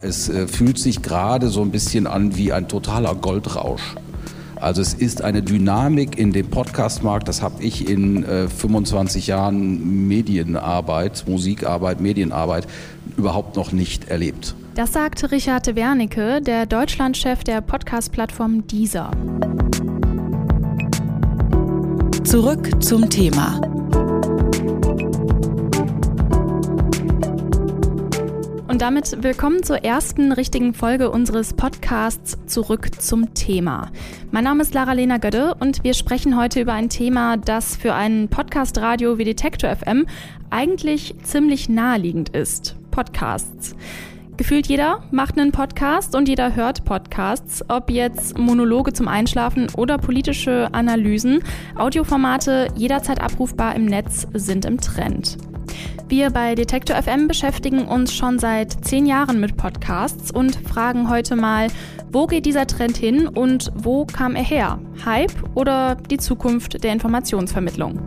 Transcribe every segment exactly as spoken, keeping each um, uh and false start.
Es äh, fühlt sich gerade so ein bisschen an wie ein totaler Goldrausch. Also es ist eine Dynamik in dem Podcastmarkt, das habe ich in äh, fünfundzwanzig Jahren Medienarbeit, Musikarbeit, Medienarbeit überhaupt noch nicht erlebt. Das sagte Richard Wernicke, der Deutschlandchef der Podcast-Plattform Deezer. Zurück zum Thema. Und damit willkommen zur ersten richtigen Folge unseres Podcasts Zurück zum Thema. Mein Name ist Lara-Lena Gödde und wir sprechen heute über ein Thema, das für ein Podcast-Radio wie Detektor F M eigentlich ziemlich naheliegend ist. Podcasts. Gefühlt jeder macht einen Podcast und jeder hört Podcasts, ob jetzt Monologe zum Einschlafen oder politische Analysen. Audioformate jederzeit abrufbar im Netz sind im Trend. Wir bei Detektor F M beschäftigen uns schon seit zehn Jahren mit Podcasts und fragen heute mal, wo geht dieser Trend hin und wo kam er her? Hype oder die Zukunft der Informationsvermittlung?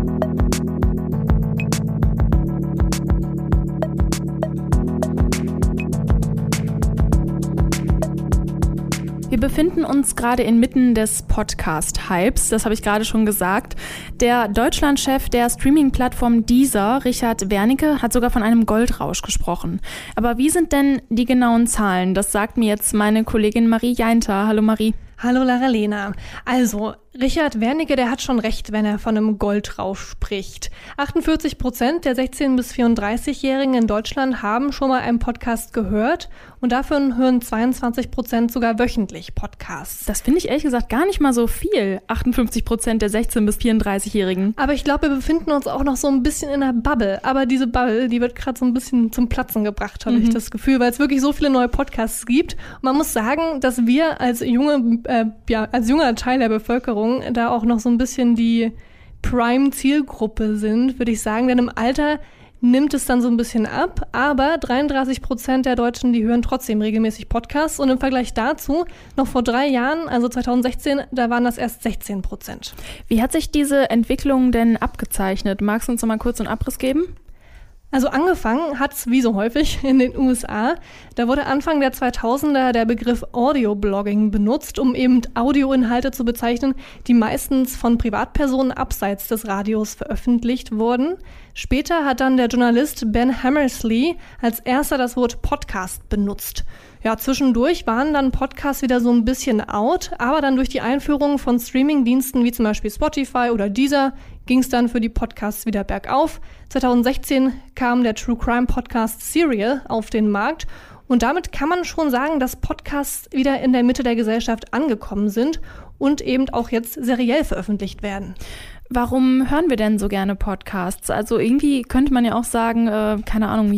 Wir befinden uns gerade inmitten des Podcast-Hypes, das habe ich gerade schon gesagt. Der Deutschlandchef der Streaming-Plattform Deezer, Richard Wernicke, hat sogar von einem Goldrausch gesprochen. Aber wie sind denn die genauen Zahlen? Das sagt mir jetzt meine Kollegin Marie Jainter. Hallo Marie. Hallo Lara-Lena. Also, Richard Wernicke, der hat schon recht, wenn er von einem Goldrausch spricht. achtundvierzig Prozent der sechzehn- bis vierunddreißigjährigen in Deutschland haben schon mal einen Podcast gehört und davon hören zweiundzwanzig Prozent sogar wöchentlich Podcasts. Das finde ich ehrlich gesagt gar nicht mal so viel, achtundfünfzig Prozent der sechzehn- bis vierunddreißigjährigen. Aber ich glaube, wir befinden uns auch noch so ein bisschen in einer Bubble. Aber diese Bubble, die wird gerade so ein bisschen zum Platzen gebracht, habe mhm. ich das Gefühl, weil es wirklich so viele neue Podcasts gibt. Und man muss sagen, dass wir als junge, äh, ja, als junger Teil der Bevölkerung da auch noch so ein bisschen die Prime-Zielgruppe sind, würde ich sagen. Denn im Alter nimmt es dann so ein bisschen ab. Aber dreiunddreißig Prozent der Deutschen, die hören trotzdem regelmäßig Podcasts. Und im Vergleich dazu, noch vor drei Jahren, also zweitausendsechzehn, da waren das erst sechzehn Prozent. Wie hat sich diese Entwicklung denn abgezeichnet? Magst du uns noch mal kurz einen Abriss geben? Also angefangen hat's wie so häufig in den U S A. Da wurde Anfang der zweitausender der Begriff Audio-Blogging benutzt, um eben Audioinhalte zu bezeichnen, die meistens von Privatpersonen abseits des Radios veröffentlicht wurden. Später hat dann der Journalist Ben Hammersley als erster das Wort Podcast benutzt. Ja, zwischendurch waren dann Podcasts wieder so ein bisschen out, aber dann durch die Einführung von Streaming-Diensten wie zum Beispiel Spotify oder Deezer ging es dann für die Podcasts wieder bergauf. zweitausendsechzehn kam der True Crime Podcast Serial auf den Markt und damit kann man schon sagen, dass Podcasts wieder in der Mitte der Gesellschaft angekommen sind und eben auch jetzt seriell veröffentlicht werden. Warum hören wir denn so gerne Podcasts? Also irgendwie könnte man ja auch sagen, äh, keine Ahnung,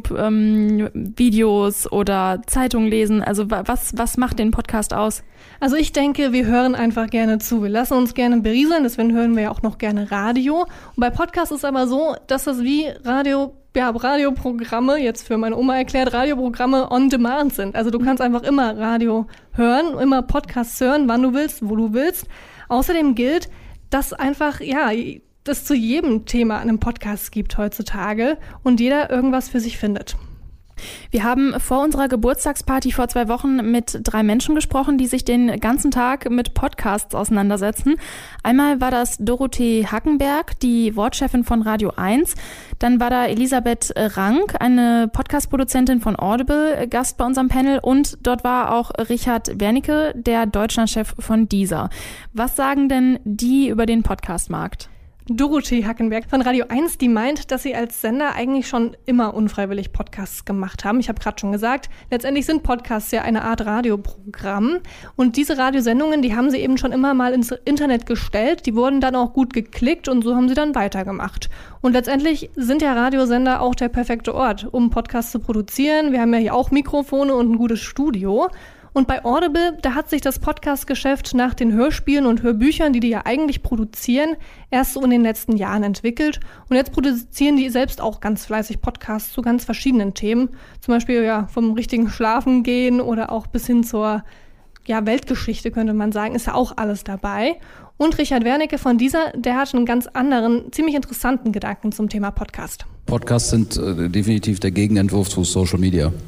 YouTube-Videos ähm, oder Zeitung lesen. Also was, was macht den Podcast aus? Also ich denke, wir hören einfach gerne zu. Wir lassen uns gerne berieseln, deswegen hören wir ja auch noch gerne Radio. Und bei Podcasts ist es aber so, dass das wie Radio, ja, Radioprogramme, jetzt für meine Oma erklärt, Radioprogramme on demand sind. Also du kannst einfach immer Radio hören, immer Podcasts hören, wann du willst, wo du willst. Außerdem gilt, dass einfach, ja, das zu jedem Thema einen Podcast gibt heutzutage und jeder irgendwas für sich findet. Wir haben vor unserer Geburtstagsparty vor zwei Wochen mit drei Menschen gesprochen, die sich den ganzen Tag mit Podcasts auseinandersetzen. Einmal war das Dorothee Hackenberg, die Wortchefin von Radio eins. Dann war da Elisabeth Rank, eine Podcast-Produzentin von Audible, Gast bei unserem Panel. Und dort war auch Richard Wernicke, der Deutschlandchef von Deezer. Was sagen denn die über den Podcast-Markt? Dorothee Hackenberg von Radio eins, die meint, dass sie als Sender eigentlich schon immer unfreiwillig Podcasts gemacht haben. Ich habe gerade schon gesagt, letztendlich sind Podcasts ja eine Art Radioprogramm. Und diese Radiosendungen, die haben sie eben schon immer mal ins Internet gestellt. Die wurden dann auch gut geklickt und so haben sie dann weitergemacht. Und letztendlich sind ja Radiosender auch der perfekte Ort, um Podcasts zu produzieren. Wir haben ja hier auch Mikrofone und ein gutes Studio. Und bei Audible, da hat sich das Podcast-Geschäft nach den Hörspielen und Hörbüchern, die die ja eigentlich produzieren, erst so in den letzten Jahren entwickelt. Und jetzt produzieren die selbst auch ganz fleißig Podcasts zu ganz verschiedenen Themen. Zum Beispiel ja vom richtigen Schlafengehen oder auch bis hin zur ja, Weltgeschichte, könnte man sagen, ist ja auch alles dabei. Und Richard Wernicke von Deezer, der hat einen ganz anderen, ziemlich interessanten Gedanken zum Thema Podcast. Podcasts sind äh, definitiv der Gegenentwurf zu Social Media.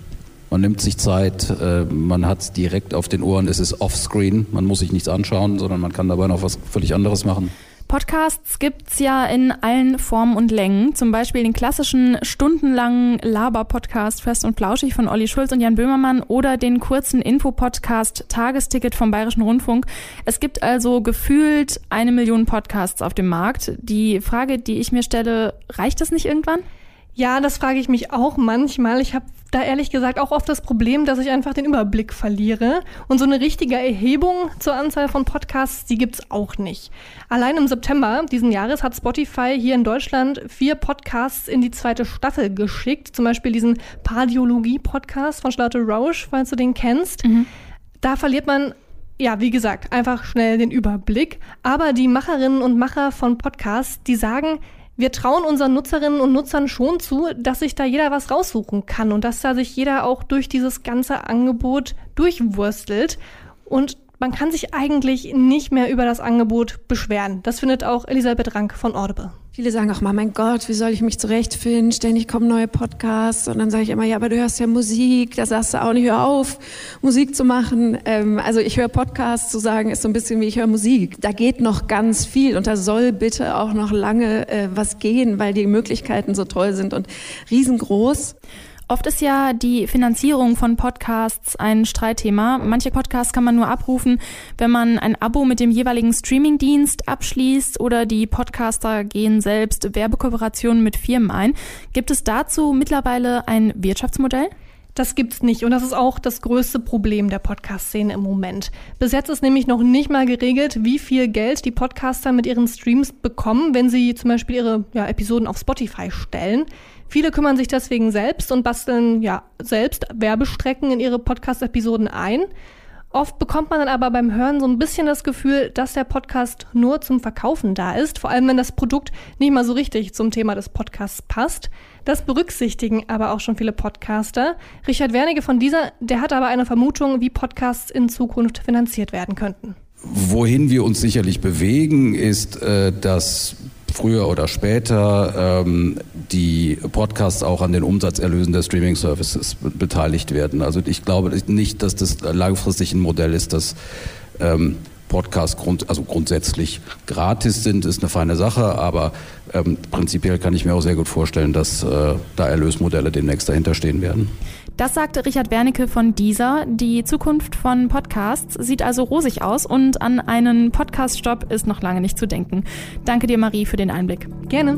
Man nimmt sich Zeit, äh, man hat es direkt auf den Ohren, es ist offscreen, man muss sich nichts anschauen, sondern man kann dabei noch was völlig anderes machen. Podcasts gibt's ja in allen Formen und Längen, zum Beispiel den klassischen stundenlangen Laber-Podcast Fest und Flauschig von Olli Schulz und Jan Böhmermann oder den kurzen Info-Podcast Tagesticket vom Bayerischen Rundfunk. Es gibt also gefühlt eine Million Podcasts auf dem Markt. Die Frage, die ich mir stelle, reicht das nicht irgendwann? Ja, das frage ich mich auch manchmal. Ich habe da ehrlich gesagt auch oft das Problem, dass ich einfach den Überblick verliere. Und so eine richtige Erhebung zur Anzahl von Podcasts, die gibt's auch nicht. Allein im September diesen Jahres hat Spotify hier in Deutschland vier Podcasts in die zweite Staffel geschickt. Zum Beispiel diesen Pardiologie-Podcast von Charlotte Roche, falls du den kennst. Mhm. Da verliert man, ja, wie gesagt, einfach schnell den Überblick. Aber die Macherinnen und Macher von Podcasts, die sagen, wir trauen unseren Nutzerinnen und Nutzern schon zu, dass sich da jeder was raussuchen kann und dass da sich jeder auch durch dieses ganze Angebot durchwurstelt. Und man kann sich eigentlich nicht mehr über das Angebot beschweren. Das findet auch Elisabeth Rank von Audible. Viele sagen auch mal, mein Gott, wie soll ich mich zurechtfinden? Ständig kommen neue Podcasts. Und dann sage ich immer, ja, aber du hörst ja Musik. Da sagst du auch nicht, hör auf, Musik zu machen. Ähm, also ich höre Podcasts, zu sagen, ist so ein bisschen wie ich höre Musik. Da geht noch ganz viel und da soll bitte auch noch lange äh, was gehen, weil die Möglichkeiten so toll sind und riesengroß. Oft ist ja die Finanzierung von Podcasts ein Streitthema. Manche Podcasts kann man nur abrufen, wenn man ein Abo mit dem jeweiligen Streamingdienst abschließt oder die Podcaster gehen selbst Werbekooperationen mit Firmen ein. Gibt es dazu mittlerweile ein Wirtschaftsmodell? Das gibt's nicht und das ist auch das größte Problem der Podcast-Szene im Moment. Bis jetzt ist nämlich noch nicht mal geregelt, wie viel Geld die Podcaster mit ihren Streams bekommen, wenn sie zum Beispiel ihre ja, Episoden auf Spotify stellen. Viele kümmern sich deswegen selbst und basteln ja selbst Werbestrecken in ihre Podcast-Episoden ein. Oft bekommt man dann aber beim Hören so ein bisschen das Gefühl, dass der Podcast nur zum Verkaufen da ist, vor allem wenn das Produkt nicht mal so richtig zum Thema des Podcasts passt. Das berücksichtigen aber auch schon viele Podcaster. Richard Wernicke von dieser, der hat aber eine Vermutung, wie Podcasts in Zukunft finanziert werden könnten. Wohin wir uns sicherlich bewegen, ist, äh, dass früher oder später ähm, die Podcasts auch an den Umsatzerlösen der Streaming-Services be- beteiligt werden. Also ich glaube nicht, dass das langfristig ein Modell ist, dass ähm, Podcasts grund, also grundsätzlich gratis sind, ist eine feine Sache, aber ähm, prinzipiell kann ich mir auch sehr gut vorstellen, dass äh, da Erlösmodelle demnächst dahinter stehen werden. Das sagte Richard Wernicke von dieser. Die Zukunft von Podcasts sieht also rosig aus und an einen Podcast-Stopp ist noch lange nicht zu denken. Danke dir, Marie, für den Einblick. Gerne.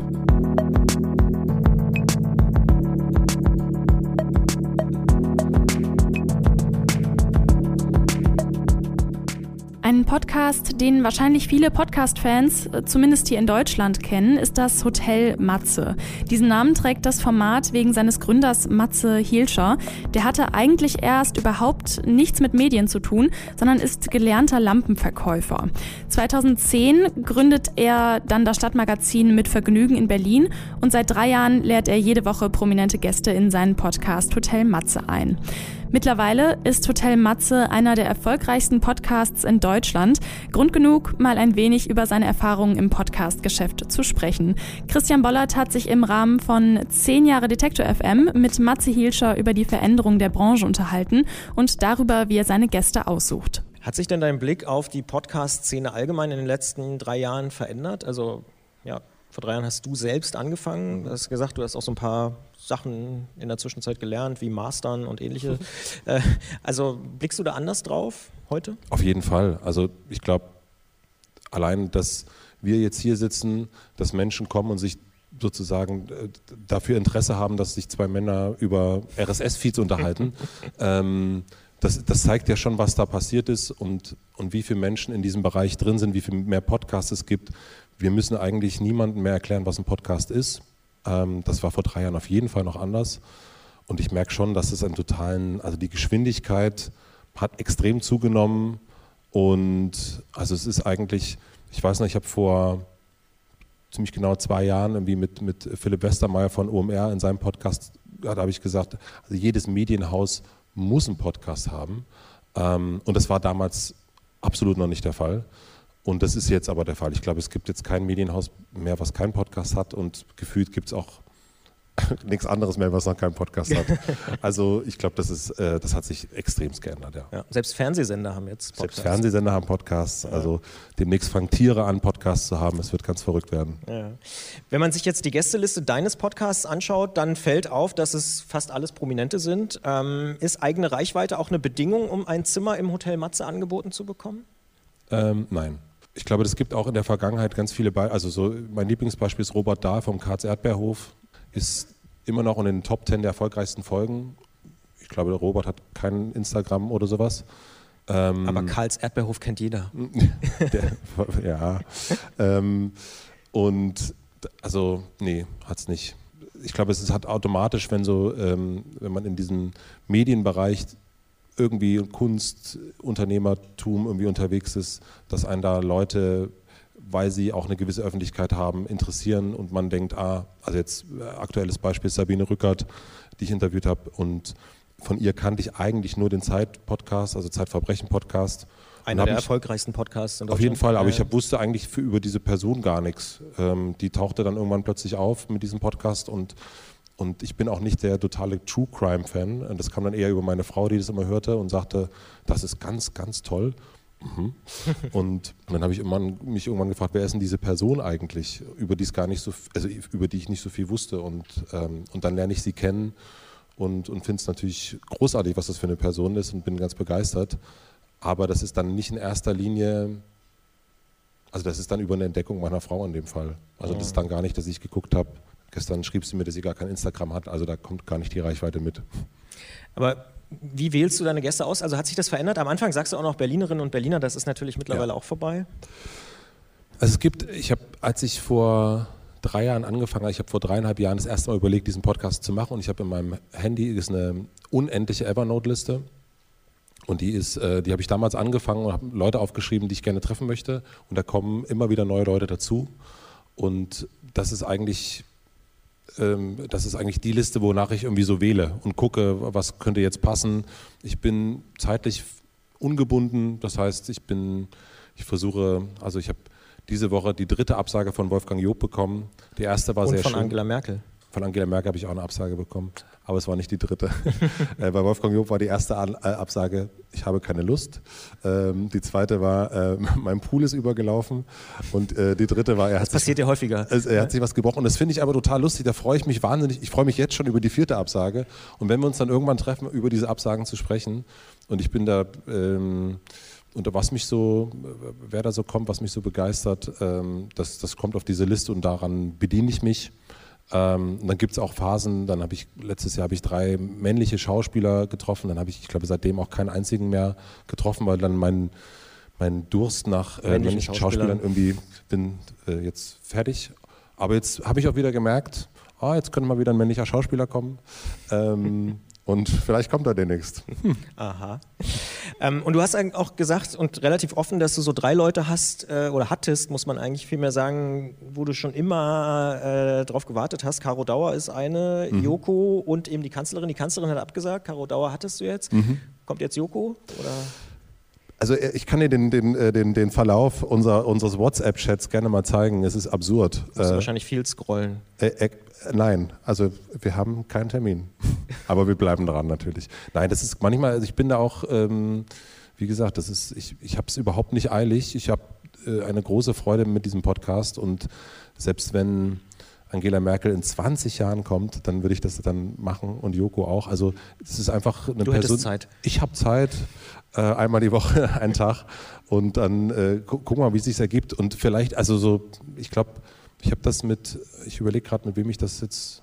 Ein Podcast, den wahrscheinlich viele Podcast-Fans, zumindest hier in Deutschland, kennen, ist das Hotel Matze. Diesen Namen trägt das Format wegen seines Gründers Matze Hilscher. Der hatte eigentlich erst überhaupt nichts mit Medien zu tun, sondern ist gelernter Lampenverkäufer. zweitausendzehn gründet er dann das Stadtmagazin Mit Vergnügen in Berlin und seit drei Jahren lädt er jede Woche prominente Gäste in seinen Podcast Hotel Matze ein. Mittlerweile ist Hotel Matze einer der erfolgreichsten Podcasts in Deutschland. Grund genug, mal ein wenig über seine Erfahrungen im Podcast-Geschäft zu sprechen. Christian Bollert hat sich im Rahmen von zehn Jahre Detektor F M mit Matze Hilscher über die Veränderung der Branche unterhalten und darüber, wie er seine Gäste aussucht. Hat sich denn dein Blick auf die Podcast-Szene allgemein in den letzten drei Jahren verändert? Also ja, vor drei Jahren hast du selbst angefangen. Du hast gesagt, du hast auch so ein paar Sachen in der Zwischenzeit gelernt, wie Mastern und ähnliche. äh, also blickst du da anders drauf heute? Auf jeden Fall. Also ich glaube, allein, dass wir jetzt hier sitzen, dass Menschen kommen und sich sozusagen äh, dafür Interesse haben, dass sich zwei Männer über R S S-Feeds unterhalten, ähm, das, das zeigt ja schon, was da passiert ist und, und wie viele Menschen in diesem Bereich drin sind, wie viel mehr Podcasts es gibt. Wir müssen eigentlich niemandem mehr erklären, was ein Podcast ist. Das war vor drei Jahren auf jeden Fall noch anders. Und ich merke schon, dass es einen totalen, also die Geschwindigkeit hat extrem zugenommen. Und also es ist eigentlich, ich weiß noch, ich habe vor ziemlich genau zwei Jahren irgendwie mit, mit Philipp Westermeier von O M R in seinem Podcast, da habe ich gesagt, also jedes Medienhaus muss einen Podcast haben. Und das war damals absolut noch nicht der Fall. Und das ist jetzt aber der Fall. Ich glaube, es gibt jetzt kein Medienhaus mehr, was keinen Podcast hat und gefühlt gibt es auch nichts anderes mehr, was noch keinen Podcast hat. Also ich glaube, das ist, äh, das hat sich extremst geändert, ja. Ja, selbst Fernsehsender haben jetzt Podcasts. Selbst Fernsehsender haben Podcasts. Also demnächst fangen Tiere an, Podcasts zu haben. Es wird ganz verrückt werden. Ja. Wenn man sich jetzt die Gästeliste deines Podcasts anschaut, dann fällt auf, dass es fast alles Prominente sind. Ähm, ist eigene Reichweite auch eine Bedingung, um ein Zimmer im Hotel Matze angeboten zu bekommen? Ähm, nein. Ich glaube, es gibt auch in der Vergangenheit ganz viele Beispiele. Also so, mein Lieblingsbeispiel ist Robert Dahl vom Karls Erdbeerhof. Ist immer noch in den Top Ten der erfolgreichsten Folgen. Ich glaube, der Robert hat kein Instagram oder sowas. Ähm, Aber Karls Erdbeerhof kennt jeder. der, ja. ähm, und also, nee, hat's nicht. Ich glaube, es ist halt automatisch, wenn so, ähm, wenn man in diesem Medienbereich irgendwie Kunst, Unternehmertum irgendwie unterwegs ist, dass einen da Leute, weil sie auch eine gewisse Öffentlichkeit haben, interessieren und man denkt, ah, also jetzt aktuelles Beispiel ist Sabine Rückert, die ich interviewt habe, und von ihr kannte ich eigentlich nur den Zeit-Podcast, also Zeitverbrechen-Podcast. Einer der erfolgreichsten Podcasts in Deutschland. Auf jeden Fall, aber ich hab, wusste eigentlich für, über diese Person gar nichts. Ähm, die tauchte dann irgendwann plötzlich auf mit diesem Podcast und Und ich bin auch nicht der totale True Crime-Fan. Das kam dann eher über meine Frau, die das immer hörte und sagte, das ist ganz, ganz toll. Mhm. Und dann habe ich irgendwann, mich irgendwann gefragt, wer ist denn diese Person eigentlich, über die es gar nicht so, also über die ich nicht so viel wusste. Und, ähm, und dann lerne ich sie kennen und, und finde es natürlich großartig, was das für eine Person ist, und bin ganz begeistert. Aber das ist dann nicht in erster Linie, also das ist dann über eine Entdeckung meiner Frau in dem Fall. Also das ist dann gar nicht, dass ich geguckt habe. Gestern schrieb sie mir, dass sie gar kein Instagram hat, also da kommt gar nicht die Reichweite mit. Aber wie wählst du deine Gäste aus? Also hat sich das verändert? Am Anfang sagst du auch noch Berlinerinnen und Berliner, das ist natürlich mittlerweile ja auch vorbei. Also es gibt, ich habe, als ich vor drei Jahren angefangen habe, ich habe vor dreieinhalb Jahren das erste Mal überlegt, diesen Podcast zu machen, und ich habe in meinem Handy, das ist eine unendliche Evernote-Liste, und die ist, die habe ich damals angefangen und habe Leute aufgeschrieben, die ich gerne treffen möchte, und da kommen immer wieder neue Leute dazu, und das ist eigentlich... Das ist eigentlich die Liste, wonach ich irgendwie so wähle und gucke, was könnte jetzt passen. Ich bin zeitlich ungebunden, das heißt, ich bin, ich versuche, also ich habe diese Woche die dritte Absage von Wolfgang Job bekommen. Die erste war und sehr von schön. Angela Merkel. Von Angela Merkel habe ich auch eine Absage bekommen, aber es war nicht die dritte. äh, bei Wolfgang Job war die erste An- äh, Absage, ich habe keine Lust. Ähm, die zweite war, äh, mein Pool ist übergelaufen, und äh, die dritte war, er hat, das passiert sich, ja häufiger. Äh, er hat sich was gebrochen, und das finde ich aber total lustig, da freue ich mich wahnsinnig, ich freue mich jetzt schon über die vierte Absage, und wenn wir uns dann irgendwann treffen, über diese Absagen zu sprechen, und ich bin da... Ähm, Und was mich so, wer da so kommt, was mich so begeistert, ähm, das, das kommt auf diese Liste, und daran bediene ich mich. Ähm, und dann gibt es auch Phasen, dann habe ich, letztes Jahr habe ich drei männliche Schauspieler getroffen, dann habe ich, ich glaube, seitdem auch keinen einzigen mehr getroffen, weil dann mein, mein Durst nach äh, männlichen Schauspielern irgendwie, bin äh, jetzt fertig. Aber jetzt habe ich auch wieder gemerkt, ah, jetzt könnte mal wieder ein männlicher Schauspieler kommen. Ähm, Und vielleicht kommt er demnächst. Aha. Ähm, und du hast auch gesagt und relativ offen, dass du so drei Leute hast äh, oder hattest, muss man eigentlich vielmehr sagen, wo du schon immer äh, drauf gewartet hast. Caro Dauer ist eine, mhm. Joko und eben die Kanzlerin. Die Kanzlerin hat abgesagt, Caro Dauer hattest du jetzt. Mhm. Kommt jetzt Joko? Oder? Also ich kann dir den, den, den, den Verlauf unser, unseres WhatsApp-Chats gerne mal zeigen. Es ist absurd. Du musst äh, wahrscheinlich viel scrollen. Äh, äh, nein, also wir haben keinen Termin. Aber wir bleiben dran natürlich. Nein, das ist manchmal, also ich bin da auch, ähm, wie gesagt, das ist, ich, ich habe es überhaupt nicht eilig. Ich habe äh, eine große Freude mit diesem Podcast, und selbst wenn Angela Merkel in zwanzig Jahren kommt, dann würde ich das dann machen, und Joko auch. Also es ist einfach eine du Person. Hättest Zeit. Ich habe Zeit, äh, einmal die Woche, einen Tag, und dann äh, gu gucken wir mal, wie es sich ergibt. Und vielleicht, also so, ich glaube, ich habe das mit, ich überlege gerade, mit wem ich das jetzt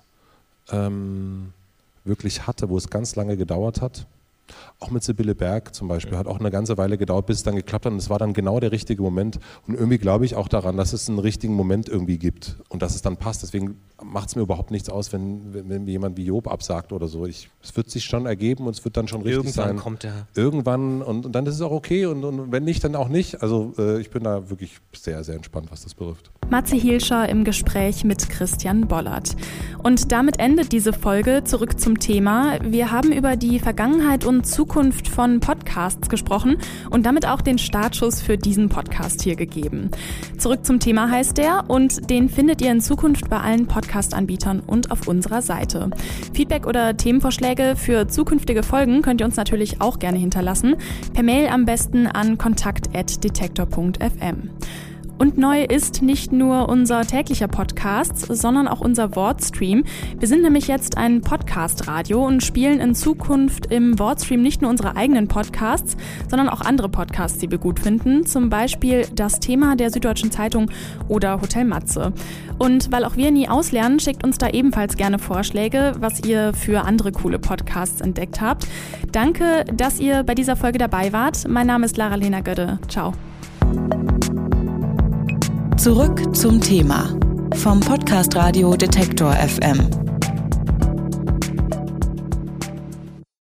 ähm, wirklich hatte, wo es ganz lange gedauert hat. Auch mit Sibylle Berg zum Beispiel, hat auch eine ganze Weile gedauert, bis es dann geklappt hat, und es war dann genau der richtige Moment, und irgendwie glaube ich auch daran, dass es einen richtigen Moment irgendwie gibt und dass es dann passt. Deswegen macht es mir überhaupt nichts aus, wenn, wenn, wenn jemand wie Job absagt oder so. Ich, es wird sich schon ergeben, und es wird dann schon richtig Irgendwann sein. Irgendwann kommt er. Irgendwann, und, und dann ist es auch okay, und, und wenn nicht, dann auch nicht. Also äh, ich bin da wirklich sehr, sehr entspannt, was das betrifft. Matze Hilscher im Gespräch mit Christian Bollert. Und damit endet diese Folge. Zurück zum Thema. Wir haben über die Vergangenheit und Zukunft Zukunft von Podcasts gesprochen und damit auch den Startschuss für diesen Podcast hier gegeben. Zurück zum Thema heißt der und den findet ihr in Zukunft bei allen Podcast-Anbietern und auf unserer Seite. Feedback oder Themenvorschläge für zukünftige Folgen könnt ihr uns natürlich auch gerne hinterlassen. Per Mail am besten an kontakt at detektor punkt f m. Und neu ist nicht nur unser täglicher Podcast, sondern auch unser Wortstream. Wir sind nämlich jetzt ein Podcast-Radio und spielen in Zukunft im Wortstream nicht nur unsere eigenen Podcasts, sondern auch andere Podcasts, die wir gut finden. Zum Beispiel Das Thema der Süddeutschen Zeitung oder Hotel Matze. Und weil auch wir nie auslernen, schickt uns da ebenfalls gerne Vorschläge, was ihr für andere coole Podcasts entdeckt habt. Danke, dass ihr bei dieser Folge dabei wart. Mein Name ist Lara-Lena Gödde. Ciao. Zurück zum Thema vom Podcast Radio Detektor F M.